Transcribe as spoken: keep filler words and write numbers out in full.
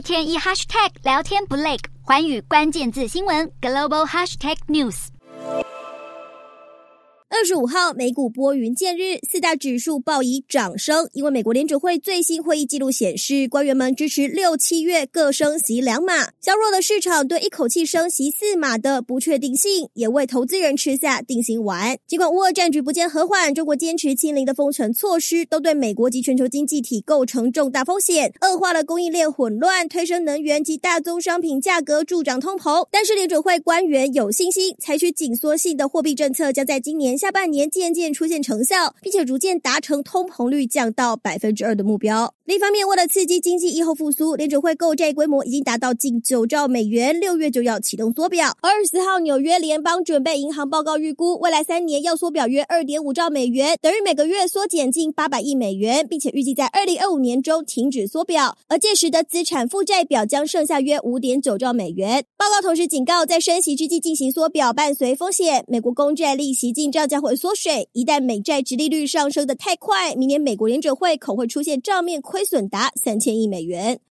天一 hashtag 聊天不累，寰宇关键字新闻 global hashtag news。 二十五号美股拨云见日，四大指数报以涨升，因为美国联准会最新会议记录显示，官员们支持六七月各升息两码，削弱了市场对一口气升息四码的不确定性，也为投资人吃下定心丸。尽管乌俄战局不见和缓，中国坚持清零的封城措施都对美国及全球经济体构成重大风险，恶化了供应链混乱，推升能源及大宗商品价格，助长通膨。但是联准会官员有信心，采取紧缩性的货币政策将在今年下半年渐渐出现成效，并且逐渐达成通膨率降到 百分之二 的目标。另一方面，为了刺激经济疫后复苏，联准会购债规模已经达到近九兆美元，六月就要启动缩表。而二十四号纽约联邦准备银行报告预估，未来三年要缩表约 二点五兆美元，等于每个月缩减近八百亿美元，并且预计在二零二五年中停止缩表，而届时的资产负债表将剩下约 五点九兆美元。报告同时警告，在升息之际进行缩表伴随风险，美国公债利息进账将会缩水，一旦美债殖利率上升得太快，明年美国联准会恐会出现账面亏损达三千亿美元。